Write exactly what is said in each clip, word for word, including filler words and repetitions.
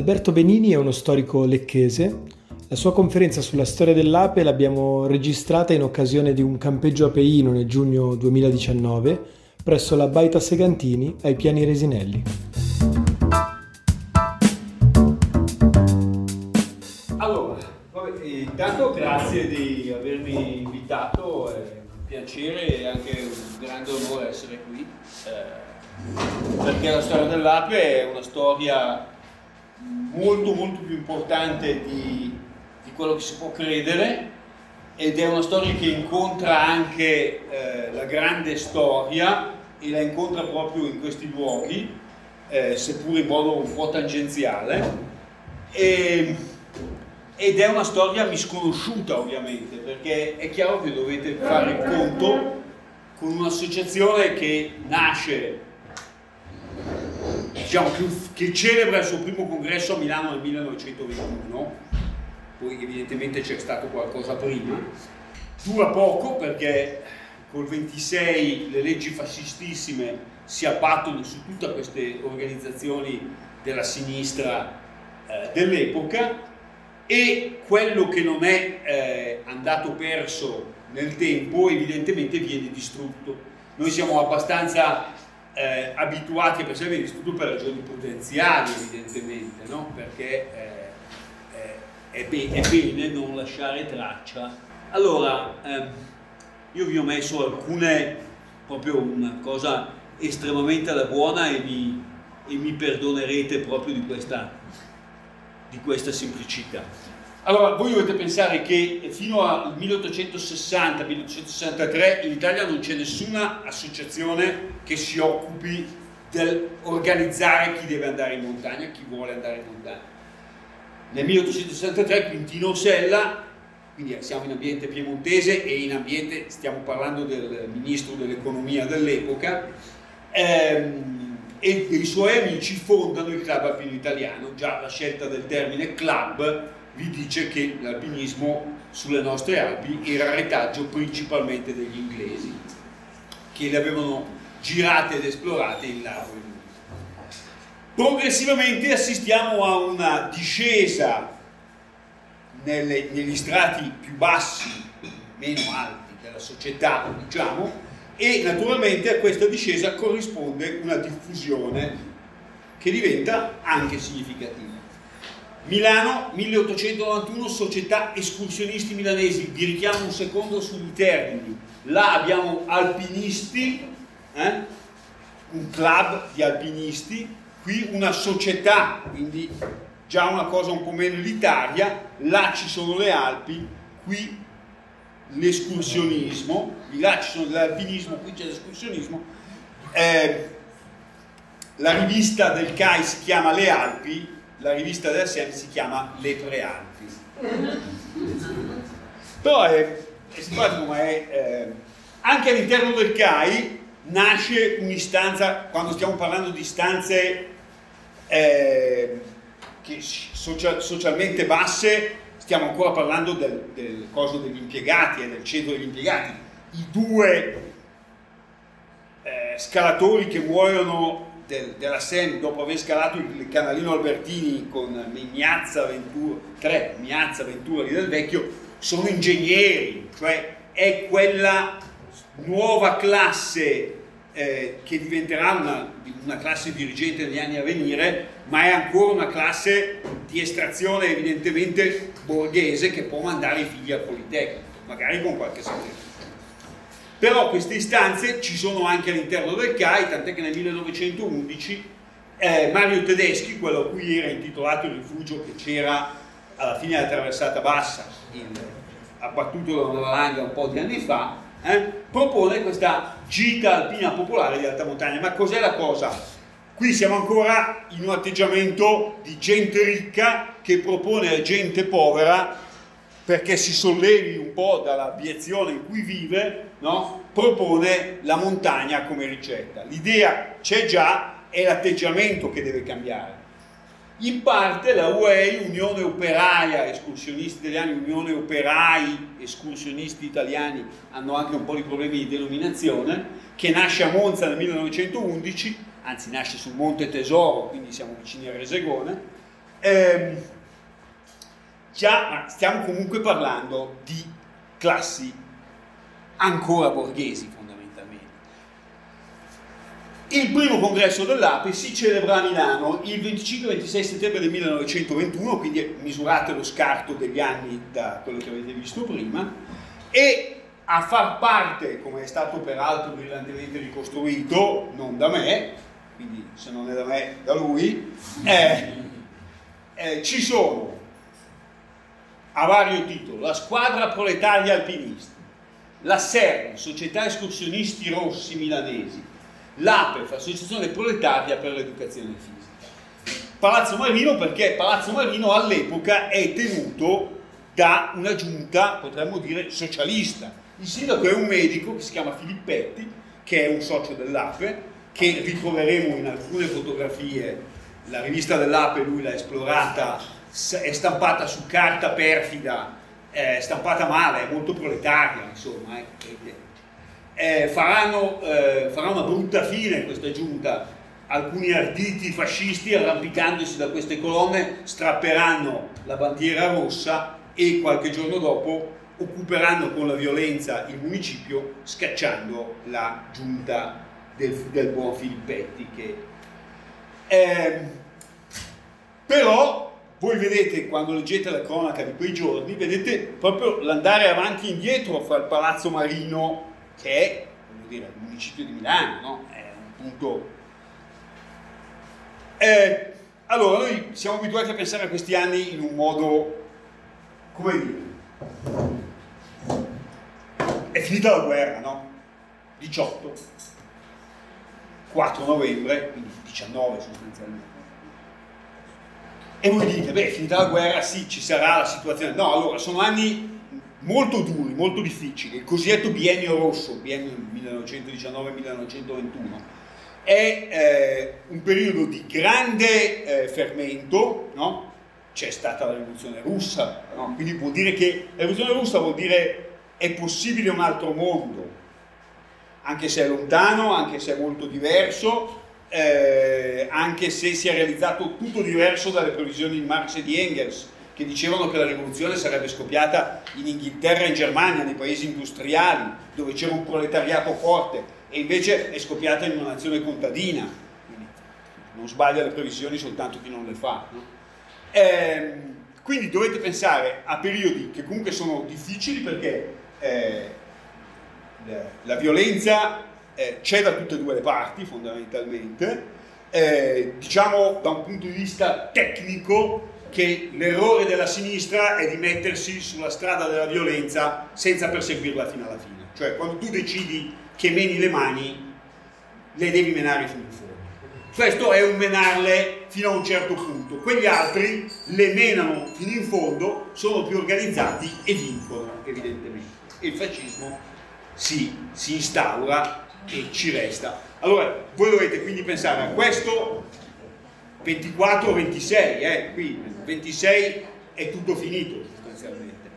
Alberto Benini è uno storico lecchese. La sua conferenza sulla storia dell'ape l'abbiamo registrata in occasione di un campeggio apeino nel giugno duemiladiciannove presso la Baita Segantini ai Piani Resinelli. Allora, vabbè, intanto grazie di avermi invitato, è un piacere e anche un grande onore essere qui, eh, perché la storia dell'ape è una storia molto molto più importante di, di quello che si può credere, ed è una storia che incontra anche eh, la grande storia e la incontra proprio in questi luoghi, eh, seppur in modo un po' tangenziale, e, ed è una storia misconosciuta ovviamente, perché è chiaro che dovete fare il conto con un'associazione che nasce, diciamo, che celebra il suo primo congresso a Milano nel millenovecentoventuno, poi evidentemente c'è stato qualcosa prima, dura poco perché col ventisei le leggi fascistissime si abbattono su tutte queste organizzazioni della sinistra eh, dell'epoca, e quello che non è eh, andato perso nel tempo evidentemente viene distrutto. Noi siamo abbastanza Eh, abituati a pensare che viene distrutto per ragioni prudenziali, evidentemente, no? Perché eh, eh, è, be- è bene non lasciare traccia. Allora, eh, io vi ho messo alcune, proprio una cosa estremamente alla buona, e mi, e mi perdonerete proprio di questa, di questa semplicità. Allora, voi dovete pensare che fino al milleottocentosessanta milleottocentosessantatré in Italia non c'è nessuna associazione che si occupi di organizzare chi deve andare in montagna, chi vuole andare in montagna. Nel milleottocentosessantatré Quintino Sella, quindi siamo in ambiente piemontese e in ambiente, stiamo parlando del ministro dell'economia dell'epoca, ehm, e i suoi amici fondano il Club Alpino Italiano. Già la scelta del termine club vi dice che l'alpinismo sulle nostre Alpi era retaggio principalmente degli inglesi, che le avevano girate ed esplorate in là. Progressivamente assistiamo a una discesa nelle, negli strati più bassi, meno alti della società, diciamo, e naturalmente a questa discesa corrisponde una diffusione che diventa anche significativa. Milano, milleottocentonovantuno, Società Escursionisti Milanesi. Vi richiamo un secondo sui termini. Là abbiamo alpinisti, eh? un club di alpinisti, qui una società, quindi già una cosa un po' meno elitaria. Là ci sono le Alpi, qui l'escursionismo, là ci sono l'alpinismo, qui c'è l'escursionismo. Eh, la rivista del C A I si chiama Le Alpi, la rivista della S E M si chiama Le Prealpi. Però è, è simpatico, ma è, eh, anche all'interno del C A I nasce un'istanza, quando stiamo parlando di istanze eh, che social, socialmente basse, stiamo ancora parlando del, del coso degli impiegati e eh, del centro degli impiegati. I due eh, scalatori che muoiono Del, della S E M dopo aver scalato il canalino Albertini con Miazza, Ventura, tre, Miazza, Ventura di Del Vecchio, sono ingegneri, cioè è quella nuova classe eh, che diventerà una, una classe dirigente negli anni a venire, ma è ancora una classe di estrazione evidentemente borghese che può mandare i figli al Politecnico, magari con qualche sacrificio. Però queste istanze ci sono anche all'interno del C A I, tant'è che nel millenovecentoundici eh, Mario Tedeschi, quello a cui era intitolato il rifugio che c'era alla fine della traversata bassa, in, abbattuto da una valanga un po' di anni fa, eh, propone questa gita alpina popolare di alta montagna. Ma cos'è la cosa? Qui siamo ancora in un atteggiamento di gente ricca che propone a gente povera, perché si sollevi un po' dall'abiezione in cui vive, no? Propone la montagna come ricetta. L'idea c'è già, è l'atteggiamento che deve cambiare. In parte la U E I, Unione Operaia Escursionisti Italiani, Unione Operai Escursionisti Italiani, hanno anche un po' di problemi di denominazione, che nasce a Monza nel millenovecentoundici, anzi nasce sul Monte Tesoro, quindi siamo vicini a Resegone, Ehm, già, ma stiamo comunque parlando di classi ancora borghesi fondamentalmente. Il primo congresso dell'A P E si celebra a Milano il venticinque ventisei settembre del millenovecentoventuno, quindi misurate lo scarto degli anni da quello che avete visto prima, e a far parte, come è stato peraltro brillantemente ricostruito, non da me, quindi se non è da me, da lui, eh, eh, ci sono a vario titolo la Squadra Proletaria Alpinisti, la S E R, Società Escursionisti Rossi Milanesi, l'A P E F, Associazione Proletaria per l'Educazione Fisica. Palazzo Marino, perché Palazzo Marino all'epoca è tenuto da una giunta, potremmo dire, socialista. Il sindaco è un medico che si chiama Filippetti, che è un socio dell'A P E, che ritroveremo in alcune fotografie. La rivista dell'A P E lui l'ha esplorata, è stampata su carta perfida, è stampata male, è molto proletaria, insomma. Eh. Eh, faranno, eh, farà una brutta fine questa giunta. Alcuni arditi fascisti, arrampicandosi da queste colonne, strapperanno la bandiera rossa e qualche giorno dopo occuperanno con la violenza il municipio, scacciando la giunta del, del buon Filippetti. Che, eh, però voi vedete, quando leggete la cronaca di quei giorni, vedete proprio l'andare avanti e indietro fra il Palazzo Marino, che è, voglio dire, il municipio di Milano, no? È un punto. Eh, allora, noi siamo abituati a pensare a questi anni in un modo, come dire, è finita la guerra, no? diciotto, quattro novembre, quindi diciannove sostanzialmente. E voi dite, beh, è finita la guerra, sì, ci sarà la situazione. No, allora, sono anni molto duri, molto difficili. Il cosiddetto biennio rosso, biennio millenovecentodiciannove millenovecentoventuno, è eh, un periodo di grande eh, fermento, no? C'è stata la rivoluzione russa, no? Quindi vuol dire che la rivoluzione russa vuol dire è possibile un altro mondo, anche se è lontano, anche se è molto diverso, eh, anche se si è realizzato tutto diverso dalle previsioni di Marx e di Engels, che dicevano che la rivoluzione sarebbe scoppiata in Inghilterra e in Germania, nei paesi industriali, dove c'era un proletariato forte, e invece è scoppiata in una nazione contadina. Quindi non sbaglia le previsioni soltanto chi non le fa, no? Eh, quindi dovete pensare a periodi che comunque sono difficili, perché eh, la, la violenza eh, c'è da tutte e due le parti fondamentalmente, eh, diciamo da un punto di vista tecnico che l'errore della sinistra è di mettersi sulla strada della violenza senza perseguirla fino alla fine. Cioè, quando tu decidi che meni le mani, le devi menare fino in fondo. Questo è un menarle fino a un certo punto. Quegli altri le menano fino in fondo, sono più organizzati e vincono, evidentemente. E il fascismo si, si instaura e ci resta. Allora, voi dovete quindi pensare a questo ventiquattro ventisei, eh, qui ventisei è tutto finito sostanzialmente.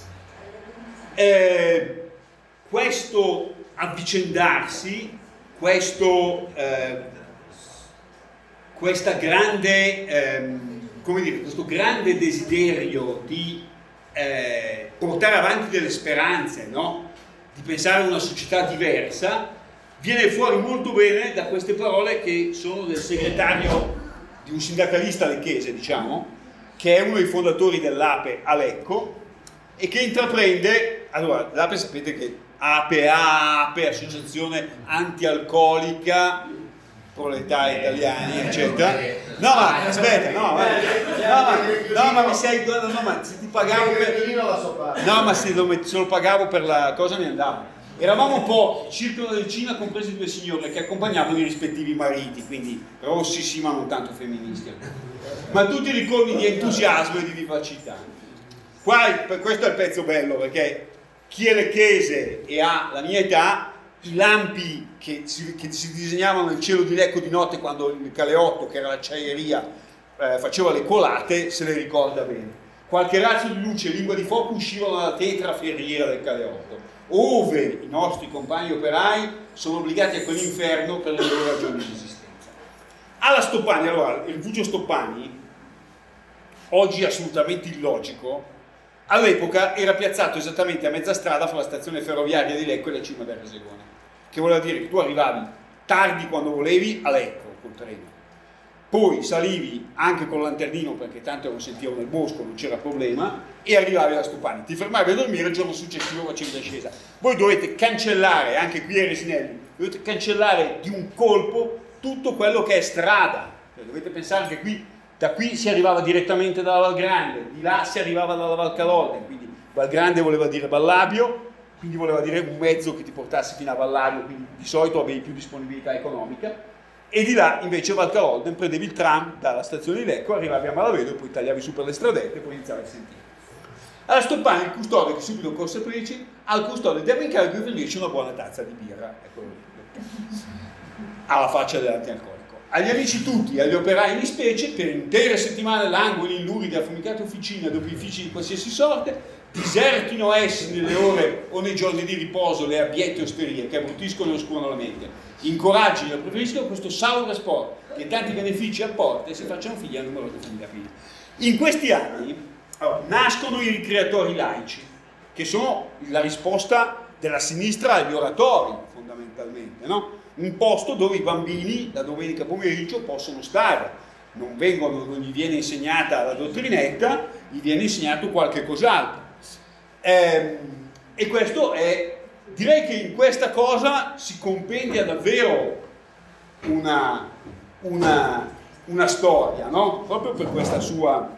Eh, questo avvicendarsi, questo, eh, questa grande, ehm, come dire, questo grande desiderio di eh, portare avanti delle speranze, no? Di pensare a una società diversa, viene fuori molto bene da queste parole che sono del segretario di un sindacalista lecchese, diciamo, che è uno dei fondatori dell'A P E a Lecco, e che intraprende, allora, l'A P E sapete che A P A, A P E, Associazione Antialcolica, Proletari Italiani, eccetera. No, ma aspetta, no, ma, no, ma, no, ma mi sei, no, ma se ti pagavo per, no, ma se lo, se lo pagavo per la cosa mi andava. Eravamo un po' circolo del Cina, compresi due signore che accompagnavano i rispettivi mariti, quindi rossi sì, ma non tanto femministi, ma tutti ricolmi di entusiasmo e di vivacità. Qua, questo è il pezzo bello, perché chi è lecchese e ha la mia età, i lampi che si, che si disegnavano nel cielo di Lecco di notte quando il Caleotto, che era l'acciaieria, eh, faceva le colate, se le ricorda bene. Qualche razzo di luce e lingua di fuoco uscivano dalla tetra ferriera del Caleotto, ove i nostri compagni operai sono obbligati a quell'inferno per le loro ragioni di esistenza. Alla Stoppani, allora, il rifugio Stoppani oggi assolutamente illogico, all'epoca era piazzato esattamente a mezza strada fra la stazione ferroviaria di Lecco e la cima del Resegone, che voleva dire che tu arrivavi tardi quando volevi a Lecco col treno, poi salivi anche con il lanternino perché tanto non sentivo nel bosco, non c'era problema, e arrivavi alla Stupani, ti fermavi a dormire, il giorno successivo facevi l'ascesa. Voi dovete cancellare, anche qui a Resinelli, dovete cancellare di un colpo tutto quello che è strada, cioè, dovete pensare che qui, da qui si arrivava direttamente dalla Val Grande, di là si arrivava dalla Val Calolde, quindi Val Grande voleva dire Vallabio, quindi voleva dire un mezzo che ti portasse fino a Vallabio, quindi di solito avevi più disponibilità economica, e di là invece a Val Calolde prendevi il tram dalla stazione di Lecco, arrivavi a Malavedo e poi tagliavi su per le stradette e poi iniziavi a sentire. Alla Stoppani il custode, che subito corse Preci, al custode deve incarico di venirci una buona tazza di birra, ecco, alla faccia dell'antialcolico. Agli amici tutti, agli operai in specie, per intere settimane langoli in luride affumicate officine ed opifici di qualsiasi sorte, disertino essi nelle ore o nei giorni di riposo le abbiette osterie che abbrutiscono e oscurano la mente. Incoraggino e preferiscono questo salubre sport che tanti benefici apporta e si facciano figli a numerose famiglie figlie. In questi anni allora, nascono i ricreatori laici, che sono la risposta della sinistra agli oratori, fondamentalmente, no? Un posto dove i bambini la domenica pomeriggio possono stare, non, vengono, non gli viene insegnata la dottrinetta, gli viene insegnato qualche cos'altro. Eh, e questo è, direi che in questa cosa si compendia davvero una, una, una storia, no? Proprio per questa sua...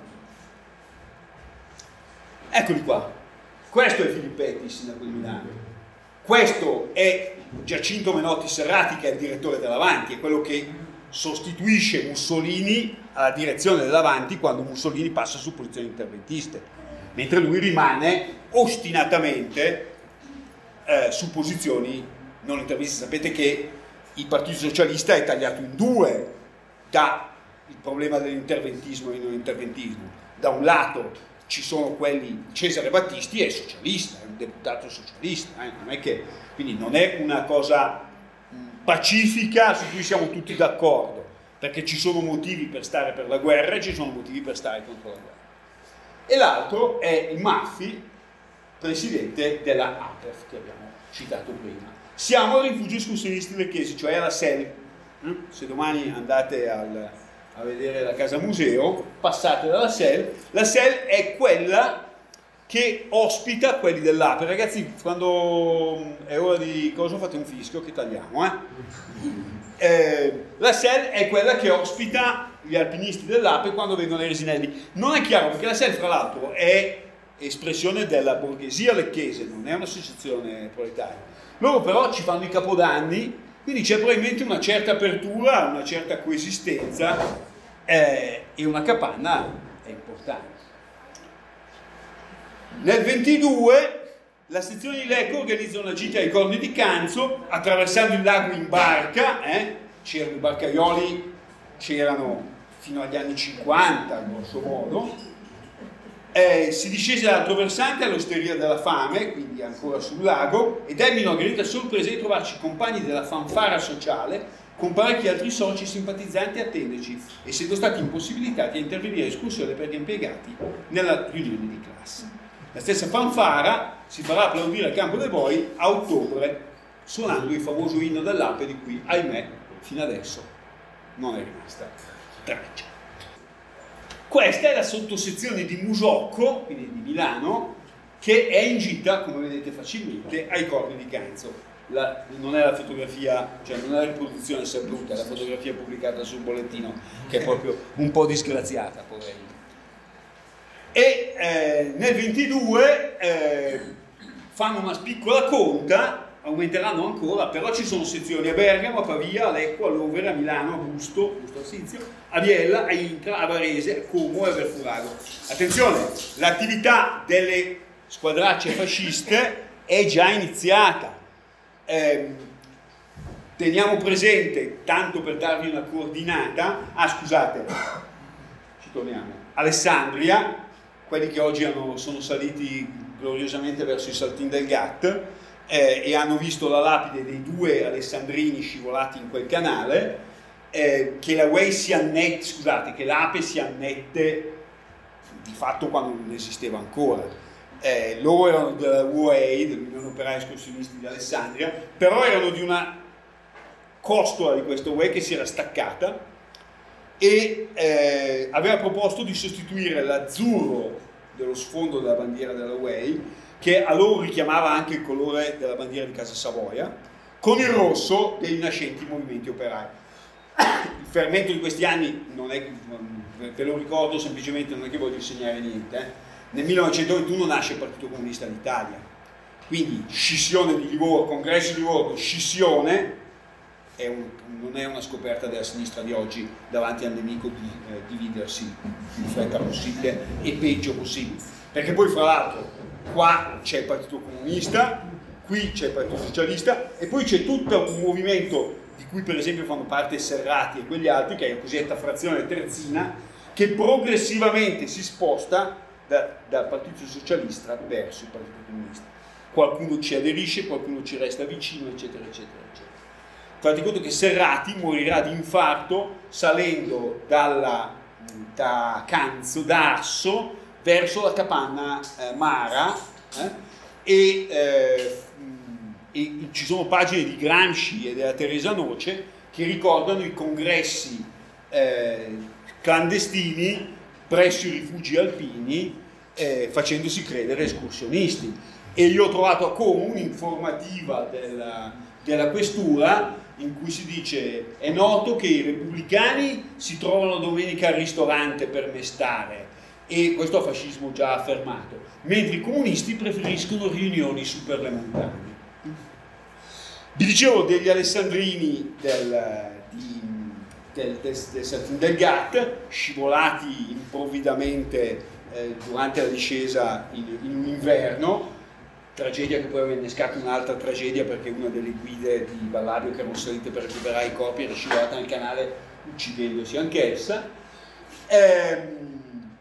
Eccoli qua, questo è Filippetti, il sindaco di Milano. Questo è Giacinto Menotti Serrati, che è il direttore dell'Avanti, è quello che sostituisce Mussolini alla direzione dell'Avanti quando Mussolini passa su posizioni interventiste, mentre lui rimane ostinatamente eh, su posizioni non interventiste. Sapete che il Partito Socialista è tagliato in due da il problema dell'interventismo e non interventismo. Da un lato ci sono quelli, Cesare Battisti è socialista, è un deputato socialista, eh? Non è che, quindi non è una cosa pacifica su cui siamo tutti d'accordo, perché ci sono motivi per stare per la guerra e ci sono motivi per stare contro la guerra. E l'altro è il Maffi, presidente della A P E F che abbiamo citato prima. Siamo al rifugio escursionisti lecchesi, cioè alla S E L. Se domani andate al... a vedere la casa museo, passate dalla S E L. La S E L è quella che ospita quelli dell'A P E. Ragazzi, quando è ora di cosa fate un fischio che tagliamo, eh? Eh, la S E L è quella che ospita gli alpinisti dell'A P E quando vengono ai Resinelli. Non è chiaro perché la S E L, fra l'altro, è espressione della borghesia lecchese, non è un'associazione proletaria. Loro però ci fanno i capodanni, quindi c'è probabilmente una certa apertura, una certa coesistenza eh, e una capanna è importante. Nel ventidue la sezione di Lecco organizza una gita ai Corni di Canzo, attraversando il lago in barca, eh? C'erano i barcaioli, c'erano fino agli anni cinquanta, grosso modo. Eh, si discese dall'altro versante all'Osteria della Fame, quindi ancora sul lago, ed ebbe una grata sorpresa di trovarci compagni della fanfara sociale con parecchi altri soci simpatizzanti a attenderci, essendo stati impossibilitati a intervenire in escursione per gli impiegati nella riunione di classe. La stessa fanfara si farà applaudire al Campo dei Boi a ottobre, suonando il famoso inno dell'A P E di cui, ahimè, fino adesso non è rimasta traccia. Questa è la sottosezione di Musocco, quindi di Milano, che è in gita, come vedete facilmente, ai Corni di Canzo. La, non è la fotografia, cioè non è la riproduzione saluta, è la fotografia pubblicata sul bollettino, che è proprio un po' disgraziata, poverina. E eh, nel ventidue eh, fanno una piccola conta, aumenteranno ancora, però ci sono sezioni a Bergamo, a Pavia, a Lecco, a Lovere, a Milano, a Busto, Busto Arsizio, a Biella, a Intra, a Varese, a Como e a Verfurago. Attenzione, l'attività delle squadracce fasciste è già iniziata. Eh, teniamo presente, tanto per darvi una coordinata, ah scusate, ci torniamo, Alessandria, quelli che oggi hanno, sono saliti gloriosamente verso i Saltini del Gat, Eh, e hanno visto la lapide dei due alessandrini scivolati in quel canale, eh, che la Way si annette, scusate, che l'A P E si annette di fatto quando non esisteva ancora. Eh, loro erano della U A E, dell'Unione Operaia Escursionisti di Alessandria, però erano di una costola di questa U A E che si era staccata e eh, aveva proposto di sostituire l'azzurro dello sfondo della bandiera della U A E, che a loro richiamava anche il colore della bandiera di Casa Savoia, con il rosso dei nascenti movimenti operai. Il fermento di questi anni non è, ve lo ricordo semplicemente, non è che voglio insegnare niente, eh. Nel millenovecentoventuno nasce il Partito Comunista d'Italia, quindi scissione di Livorno, congresso di Livorno, scissione, è un, non è una scoperta della sinistra di oggi davanti al nemico di eh, dividersi il più in fretta possibile e peggio possibile, perché poi fra l'altro qua c'è il Partito Comunista, qui c'è il Partito Socialista e poi c'è tutto un movimento di cui per esempio fanno parte Serrati e quegli altri, che è la cosiddetta frazione terzina, che progressivamente si sposta da, dal Partito Socialista verso il Partito Comunista. Qualcuno ci aderisce, qualcuno ci resta vicino, eccetera, eccetera, eccetera. Fate conto che Serrati morirà di infarto salendo dalla, da Canzo, da Asso, verso la capanna eh, Mara, eh, e, eh, e ci sono pagine di Gramsci e della Teresa Noce che ricordano i congressi eh, clandestini presso i rifugi alpini, eh, facendosi credere escursionisti. E io ho trovato a Como un'informativa della, della questura in cui si dice: è noto che i repubblicani si trovano domenica al ristorante per mestare, e questo è fascismo già affermato, mentre i comunisti preferiscono riunioni su per le montagne. Vi dicevo degli alessandrini del, di, del, del, del, del Gat, scivolati improvvidamente eh, durante la discesa in, in un inverno, tragedia che poi aveva innescato un'altra tragedia, perché una delle guide di Valladio che erano salite per recuperare i corpi era scivolata nel canale uccidendosi anch'essa. Ehm,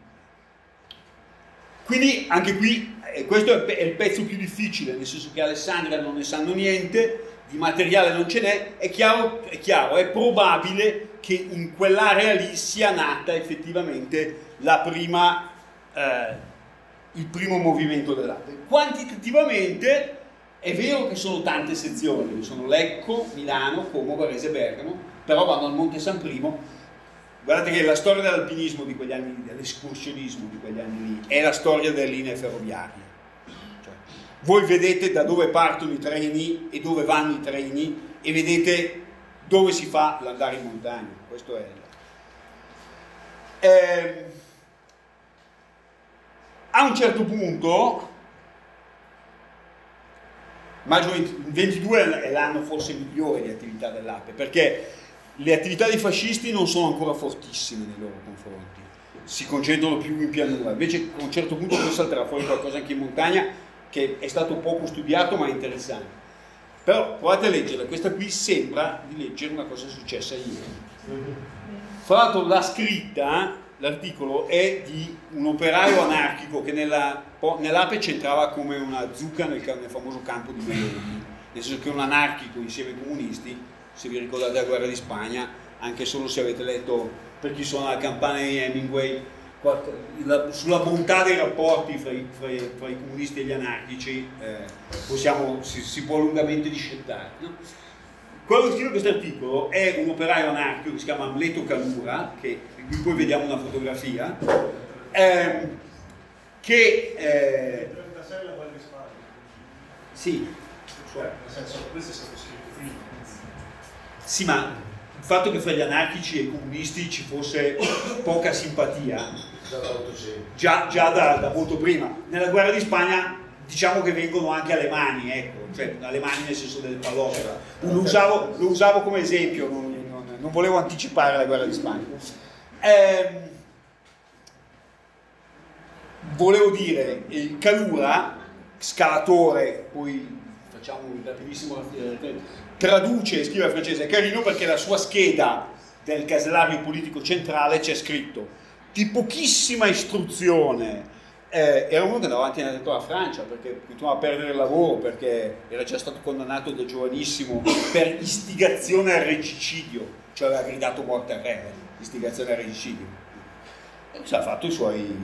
quindi anche qui eh, questo è il pezzo più difficile, nel senso che Alessandria non ne sanno niente, di materiale non ce n'è, è chiaro, è chiaro, è probabile che in quell'area lì sia nata effettivamente la prima, eh, il primo movimento dell'Ape. Quantitativamente è vero che sono tante sezioni, sono Lecco, Milano, Como, Varese, Bergamo, però vanno al Monte San Primo. Guardate che la storia dell'alpinismo di quegli anni lì, dell'escursionismo di quegli anni lì, è la storia delle linee ferroviarie. Cioè, voi vedete da dove partono i treni e dove vanno i treni e vedete dove si fa l'andare in montagna. Questo è. Eh, a un certo punto, maggio ventidue è l'anno forse migliore di attività dell'Ape, perché le attività dei fascisti non sono ancora fortissime nei loro confronti, si concentrano più in pianura, invece a un certo punto poi salterà fuori qualcosa anche in montagna che è stato poco studiato ma è interessante. Però provate a leggerla, questa qui sembra di leggere una cosa successa ieri. Fra l'altro la scritta, l'articolo è di un operaio anarchico che nella, nell'Ape c'entrava come una zucca nel, nel famoso campo di Meloni, nel senso che un anarchico insieme ai comunisti, se vi ricordate la guerra di Spagna, anche solo se avete letto Per chi suona la campana di Hemingway, la, sulla bontà dei rapporti fra i, fra i, fra i comunisti e gli anarchici, eh, possiamo, si, si può lungamente discettare, no? Quello che scrive questo articolo è un operaio anarchico che si chiama Amleto Calura, che, di cui poi vediamo una fotografia, ehm, che eh, sì, nel senso, questo è stato scritto prima. Sì, ma il fatto che fra gli anarchici e i comunisti ci fosse poca simpatia già, già da, da molto prima. Nella guerra di Spagna diciamo che vengono anche alle mani, ecco, cioè alle mani nel senso del pallottola. Lo usavo, lo usavo come esempio, non, non, non volevo anticipare la guerra di Spagna. Eh, volevo dire, il Calura, scalatore, poi facciamo un rapidissimo, traduce, scrive in francese, è carino perché la sua scheda del casellario politico centrale c'è scritto: di pochissima istruzione. Eh, era uno che andava avanti nella detto la Francia perché continuava a perdere il lavoro, perché era già stato condannato da giovanissimo per istigazione al regicidio, cioè aveva gridato morte al re, istigazione al regicidio. E ha fatto i suoi,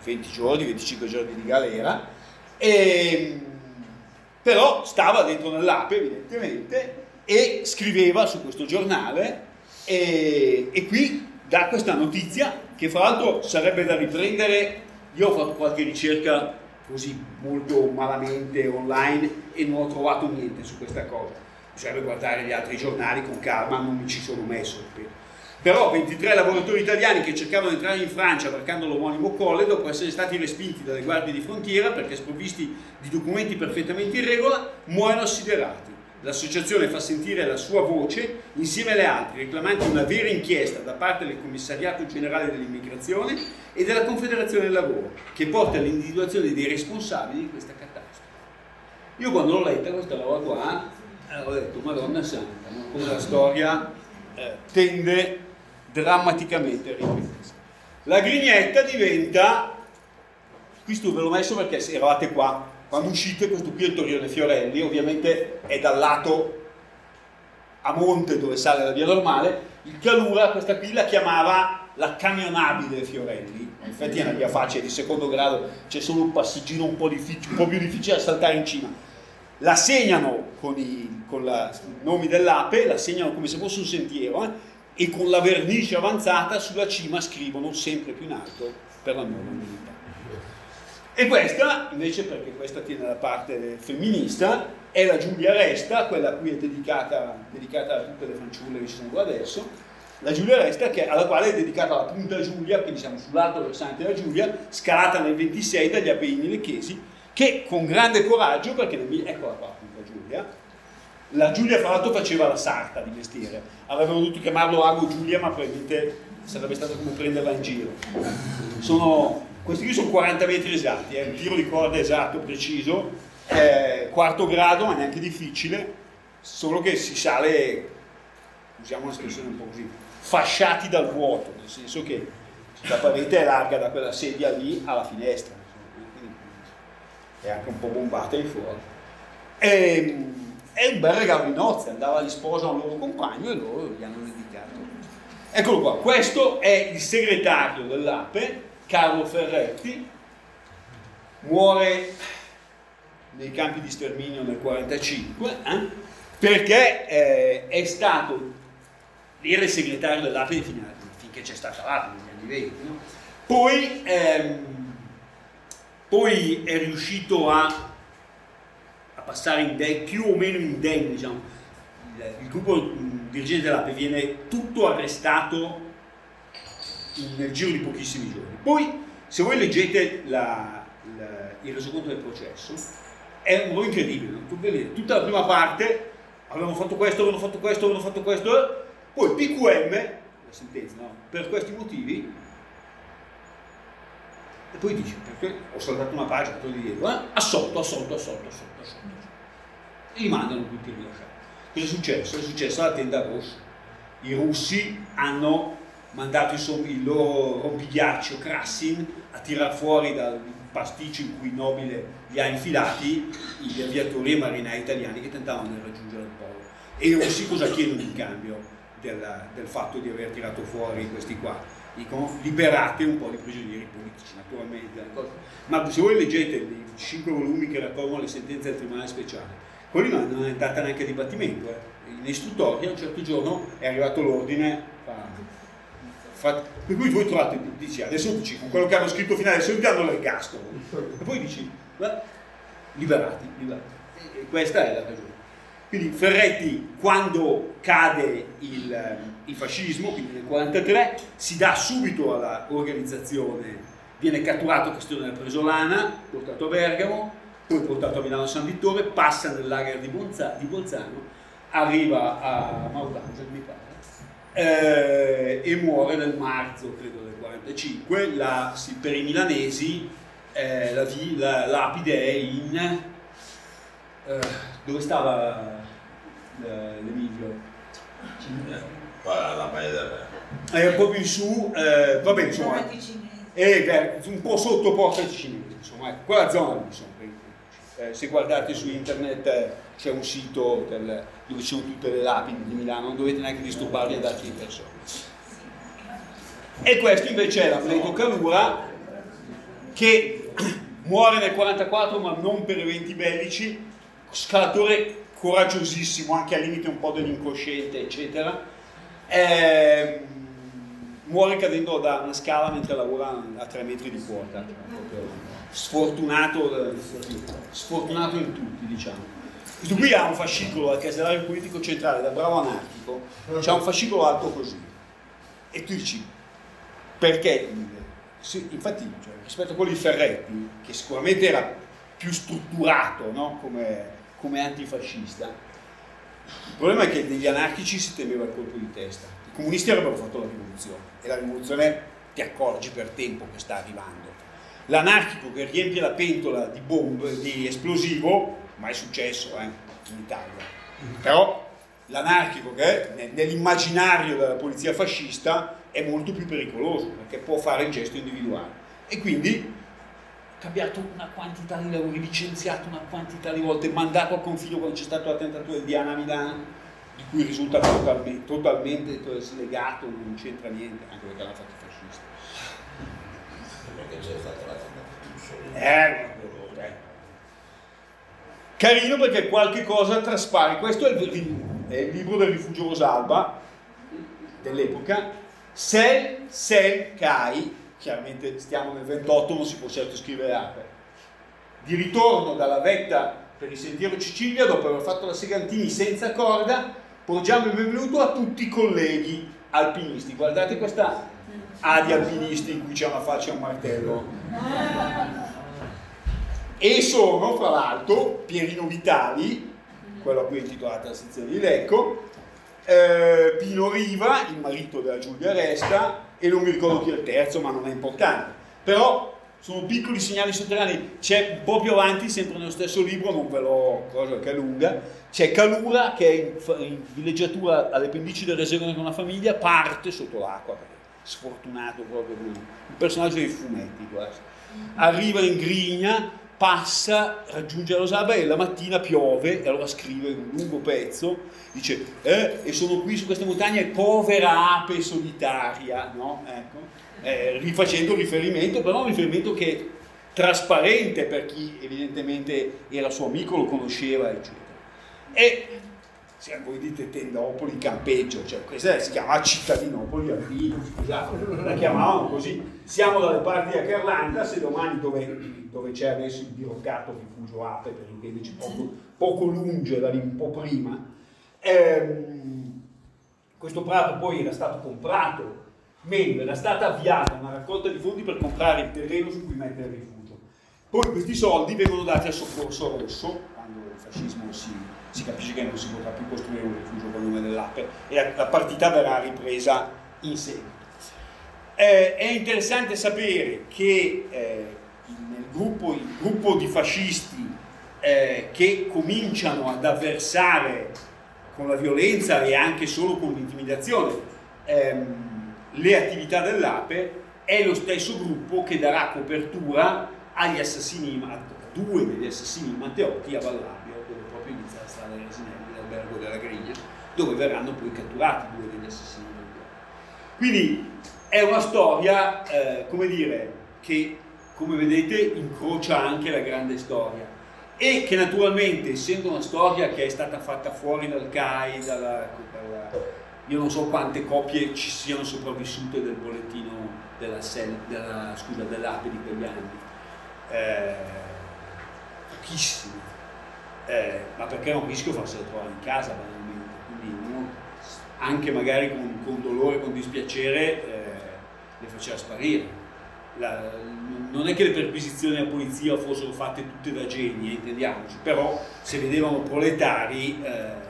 venti giorni, venticinque giorni di galera, e, però stava dentro nell'ape evidentemente e scriveva su questo giornale, e, e qui dà questa notizia che fra l'altro sarebbe da riprendere. Io ho fatto qualche ricerca così molto malamente online e non ho trovato niente su questa cosa. Bisognerebbe guardare gli altri giornali con calma, non mi ci sono messo. Però ventitré lavoratori italiani che cercavano di entrare in Francia varcando l'omonimo colle, dopo essere stati respinti dalle guardie di frontiera perché sprovvisti di documenti perfettamente in regola, muoiono assiderati. L'associazione fa sentire la sua voce insieme alle altre, reclamando una vera inchiesta da parte del Commissariato Generale dell'Immigrazione e della Confederazione del Lavoro, che porta all'individuazione dei responsabili di questa catastrofe. Io quando l'ho letta questa roba qua, eh, ho detto, Madonna Santa, no? Come la storia eh, tende drammaticamente a ripetersi. La Grignetta diventa, questo ve l'ho messo perché se eravate qua, quando uscite, questo qui è il Torrione Fiorelli, ovviamente è dal lato a monte dove sale la via normale. Il Calura questa qui la chiamava la camionabile Fiorelli, in effetti è una via facile di secondo grado, c'è solo un passeggino un po', difficile, un po' più difficile da saltare in cima. La segnano con i, con la, i nomi dell'ape, la segnano come se fosse un sentiero, eh, e con la vernice avanzata sulla cima scrivono sempre più in alto per la nuova militare. E questa, invece, perché questa tiene la parte femminista, è la Giulia Resta, quella a cui è dedicata, dedicata a tutte le fanciulle che ci sono qua adesso, la Giulia Resta, che, alla quale è dedicata la Punta Giulia, quindi siamo sull'alto versante della Giulia, scalata nel ventisei dagli Appennini lecchesi, che con grande coraggio, perché nel, eccola qua la Punta Giulia, la Giulia fra l'altro faceva la sarta di mestiere, avrebbero dovuto chiamarlo Ago Giulia, ma probabilmente sarebbe stato come prenderla in giro. Sono... Questi qui sono quaranta metri esatti, è un tiro di corda esatto, preciso, eh, quarto grado, ma neanche difficile, solo che si sale, usiamo un'espressione un po' così, fasciati dal vuoto, nel senso che la parete è larga da quella sedia lì alla finestra, quindi è anche un po' bombata in fuori. E, è un bel regalo di nozze, andava di sposa a un loro compagno e loro gli hanno dedicato. Eccolo qua, questo è il segretario dell'Ape, Carlo Ferretti, muore nei campi di sterminio nel quarantacinque, eh? Perché eh, è stato, era il segretario dell'Ape finché c'è stata l'Ape negli anni venti, no? Poi, ehm, poi è riuscito a, a passare indenne, più o meno indenne, diciamo. Il, il gruppo il dirigente dell'Ape viene tutto arrestato nel giro di pochissimi giorni. Poi, se voi leggete la, la, il resoconto del processo, è un po' incredibile, no? Tu vedete, tutta la prima parte avevano fatto questo, avevano fatto questo, avevano fatto questo, poi P Q M, la sentenza, no? Per questi motivi, e poi dice, perché ho saltato una pagina, poi di dietro, eh? assolto, assolto, assolto, assolto, assolto, e li mandano tutti a rilasciare. Cosa è successo? È successo alla tenda rossa. I russi hanno mandato insomma, il loro rompighiaccio Krassin a tirar fuori dal pasticcio in cui il nobile li ha infilati gli aviatori e marinai italiani che tentavano di raggiungere il polo. E i russi cosa chiedono in cambio del, del fatto di aver tirato fuori questi qua? Dicono liberate un po' di prigionieri politici, naturalmente. Ma se voi leggete i cinque volumi che raccolgono le sentenze del Tribunale Speciale, quelli non è andata neanche a dibattimento. Eh. In istruttoria a un certo giorno è arrivato l'ordine. Per cui voi trovate, dici, adesso dici, con quello che hanno scritto finale, adesso danno l'ergastolo, e poi dici, beh, liberati, liberati. E questa è la ragione. Quindi Ferretti, quando cade il, il fascismo, quindi nel quarantatré, si dà subito all'organizzazione, viene catturato a questione della Presolana, portato a Bergamo, poi portato a Milano San Vittore, passa nel lager di, Bonza, di Bolzano, arriva a Maurangelo, mi pare, Eh, e muore nel marzo credo del quarantacinque. La, sì, per i milanesi eh, la, la lapide è in eh, dove stava l'Emilio? La è un po' più in su, eh, vabbè insomma è un po' sotto Porta Cinese, insomma ecco, quella zona lì, insomma. Eh, se guardate su internet eh, c'è un sito del, dove ci sono tutte le lapidi di Milano, non dovete neanche disturbarvi ad altre persone. E questo invece è l'Amleto Calura, che muore nel quarantaquattro ma non per eventi bellici, scalatore coraggiosissimo, anche al limite un po' dell'incosciente, eccetera. Eh, muore cadendo da una scala mentre lavora a tre metri di quota, sfortunato, sfortunato in tutti, diciamo. Questo qui ha un fascicolo al casellario politico centrale, da bravo anarchico, c'ha un fascicolo alto così. E tu dici, perché? Sì, infatti, cioè, rispetto a quello di Ferretti, che sicuramente era più strutturato, no? come, come antifascista, il problema è che degli anarchici si temeva il colpo di testa. I comunisti avrebbero fatto la rivoluzione, e la rivoluzione ti accorgi per tempo che sta arrivando. L'anarchico che riempie la pentola di bombe, di esplosivo, mai successo eh, in Italia, però l'anarchico che nell'immaginario della polizia fascista è molto più pericoloso, perché può fare il gesto individuale, e quindi cambiato una quantità di lavori, licenziato una quantità di volte, mandato a configlio quando c'è stato l'attentato del Diana a Milano, di cui risulta totalmente, totalmente slegato, non c'entra niente, anche perché l'hanno fatto i fascisti. Perché c'è stata l'attentato eh, eh. Carino perché qualche cosa traspare. Questo è il, è il libro del Rifugio Rosalba dell'epoca, Sel, Sel, Kai. Chiaramente stiamo nel ventotto, non si può certo scrivere ape. Di ritorno dalla vetta per il sentiero Sicilia, dopo aver fatto la Segantini senza corda, porgiamo il benvenuto a tutti i colleghi alpinisti. Guardate questa A di alpinisti in cui c'è una faccia e un martello. E sono, fra l'altro, Pierino Vitali, quello a cui è intitolata la sezione di Lecco, eh, Pino Riva, il marito della Giulia Resta, e non mi ricordo chi è il terzo, ma non è importante. Però sono piccoli segnali sotterranei. C'è un po' più avanti, sempre nello stesso libro, non ve l'ho, cosa che è lunga, c'è Calura che è in, in villeggiatura alle pendici del Resegone con la famiglia, parte sotto l'acqua, sfortunato proprio, un personaggio dei fumetti quasi. Arriva in grigna, passa, raggiunge la Rosalba e la mattina piove, e allora scrive un lungo pezzo, dice eh, e sono qui su queste montagne, povera ape solitaria, no? Ecco, eh, rifacendo riferimento, però un riferimento che è trasparente per chi evidentemente era suo amico, lo conosceva, eccetera. E se voi dite Tendopoli, campeggio, cioè questa si chiama Cittadinopoli alpino, scusate, la chiamavano così. Siamo dalle parti di Acarlanta, se domani dove, dove c'è adesso il diroccato rifugio ape, per intenderci poco, poco lunge da lì, un po' prima, ehm, questo prato poi era stato comprato, meglio, era stata avviata una raccolta di fondi per comprare il terreno su cui mettere il rifugio. Poi questi soldi vengono dati al Soccorso Rosso, quando il fascismo si... si capisce che non si potrà più costruire un rifugio con il nome dell'Ape e la, la partita verrà ripresa in seguito. Eh, è interessante sapere che eh, nel gruppo, il gruppo di fascisti eh, che cominciano ad avversare con la violenza e anche solo con l'intimidazione ehm, le attività dell'Ape è lo stesso gruppo che darà copertura agli assassini, a due degli assassini Matteotti a Vallabio, dove proprio inizia la strada dei Resinelli, l'albergo della Griglia, dove verranno poi catturati due degli assassini Matteotti. Quindi è una storia, eh, come dire, che come vedete incrocia anche la grande storia e che naturalmente, essendo una storia che è stata fatta fuori dal C A I, dalla, dalla, io non so quante copie ci siano sopravvissute del bollettino della, della, scusa, dell'Ape di quegli anni, eh, pochissime, eh, ma perché era un rischio farsele trovare in casa banalmente, quindi uno anche magari con, con dolore, con dispiacere, eh, le faceva sparire. La, non è che le perquisizioni a polizia fossero fatte tutte da geni, intendiamoci, però se vedevano proletari, eh,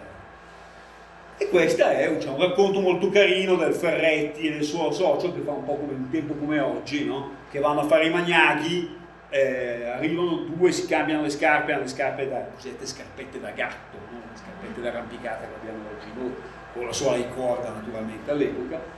e questo è cioè, un racconto molto carino del Ferretti e del suo socio, che fa un po' come un tempo come oggi, no? Che vanno a fare i magnaghi, eh, arrivano due, si cambiano le scarpe, hanno le scarpe da, cosiddette scarpette da gatto, no? Le scarpette d'arrampicata che abbiamo oggi noi, con la suola di corda naturalmente all'epoca,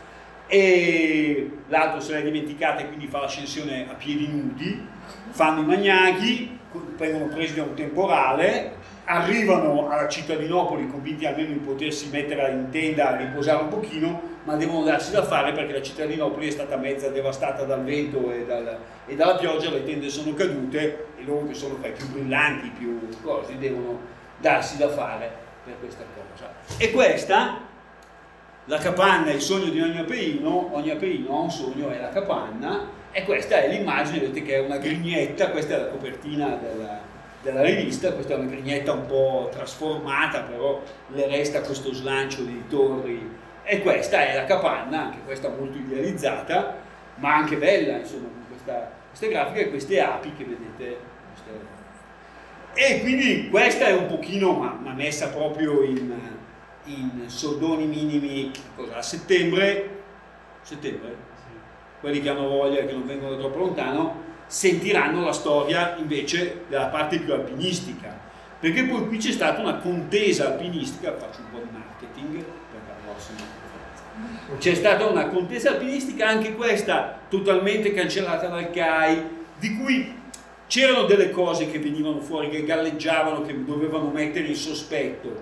e l'altro se l'è dimenticata e quindi fa l'ascensione a piedi nudi, fanno i magnaghi, vengono presi da un temporale, arrivano alla cittadinopoli convinti almeno di potersi mettere in tenda a riposare un pochino, ma devono darsi da fare perché la cittadinopoli è stata mezza devastata dal vento e, dal, e dalla pioggia, le tende sono cadute e loro, che sono tra i più brillanti, più cose, devono darsi da fare per questa cosa. E questa, la capanna è il sogno di ogni apeino, ogni apeino ha un sogno, è la capanna, e questa è l'immagine, vedete che è una grignetta, questa è la copertina della, della rivista, questa è una grignetta un po' trasformata, però le resta questo slancio di torri, e questa è la capanna, anche questa molto idealizzata, ma anche bella, insomma, con questa, queste grafiche e queste api che vedete. E quindi questa è un pochino, ma, ma messa proprio in, in soldoni minimi, cosa, a settembre, settembre? Quelli che hanno voglia e che non vengono da troppo lontano sentiranno la storia invece della parte più alpinistica, perché poi qui c'è stata una contesa alpinistica, faccio un po' di marketing per la prossima conferenza, c'è stata una contesa alpinistica, anche questa totalmente cancellata dal C A I, di cui c'erano delle cose che venivano fuori, che galleggiavano, che dovevano mettere in sospetto.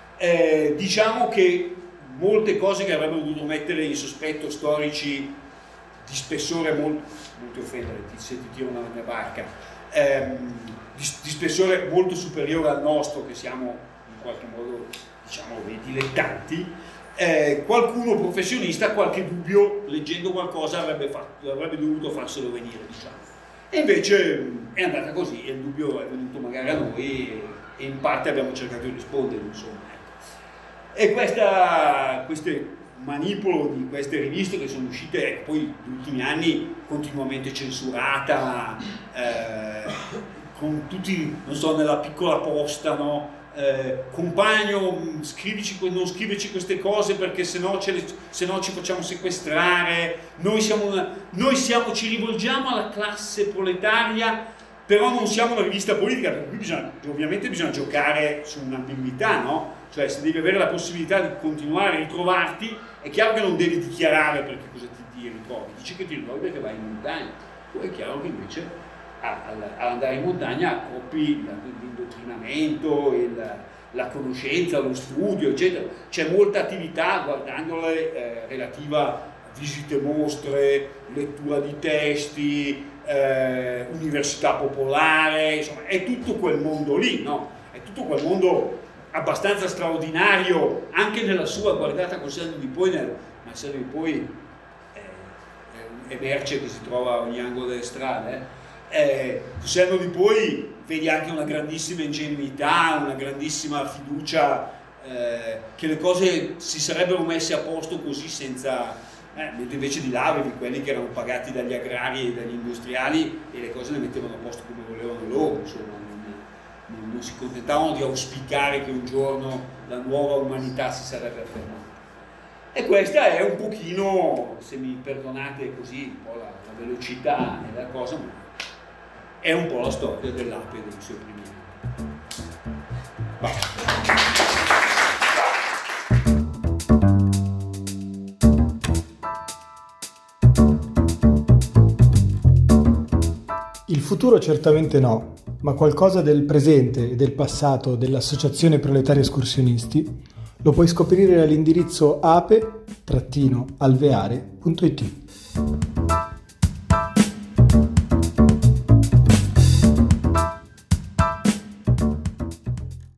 Eh, diciamo che molte cose che avrebbero dovuto mettere in sospetto storici di spessore molto, non ti offendere se ti tirano la mia barca, ehm, di, di spessore molto superiore al nostro, che siamo in qualche modo, diciamo, dei dilettanti, eh, qualcuno professionista qualche dubbio leggendo qualcosa avrebbe, fatto, avrebbe dovuto farselo venire, diciamo. E invece è andata così, e il dubbio è venuto magari a noi e, e in parte abbiamo cercato di rispondere, insomma. Ecco. E questa, queste manipolo di queste riviste che sono uscite poi negli ultimi anni continuamente censurata, eh, con tutti, non so, nella piccola posta, no? Eh, compagno, scrivici, non scriverci queste cose perché sennò, ce le, sennò ci facciamo sequestrare, noi, siamo una, noi siamo, ci rivolgiamo alla classe proletaria, però non siamo una rivista politica, perché qui bisogna, ovviamente bisogna giocare su un'ambiguità, no? Cioè, se devi avere la possibilità di continuare a ritrovarti, è chiaro che non devi dichiarare perché cosa ti, ti ritrovi, dici che ti ritrovi perché vai in montagna, poi è chiaro che invece all'andare in montagna accoppi l'indottrinamento, il, la conoscenza, lo studio, eccetera. C'è molta attività, guardandole, eh, relativa a visite mostre, lettura di testi, eh, università popolare, insomma, è tutto quel mondo lì, no? È tutto quel mondo abbastanza straordinario, anche nella sua guardata col senno di poi, nel, ma il senno di poi è, è, è merce che si trova a ogni angolo delle strade, eh? Eh, col senno di poi vedi anche una grandissima ingenuità, una grandissima fiducia, eh, che le cose si sarebbero messe a posto così senza, eh, invece di là avevi quelli che erano pagati dagli agrari e dagli industriali e le cose le mettevano a posto come volevano loro, insomma. Non si contentavano di auspicare che un giorno la nuova umanità si sarebbe affermata. E questa è un pochino, se mi perdonate così, un po' la, la velocità e la cosa, ma è un po' la storia dell'ape dei suoi primi anni. Il futuro certamente no, ma qualcosa del presente e del passato dell'Associazione Proletari Escursionisti lo puoi scoprire all'indirizzo ape-alveare punto it.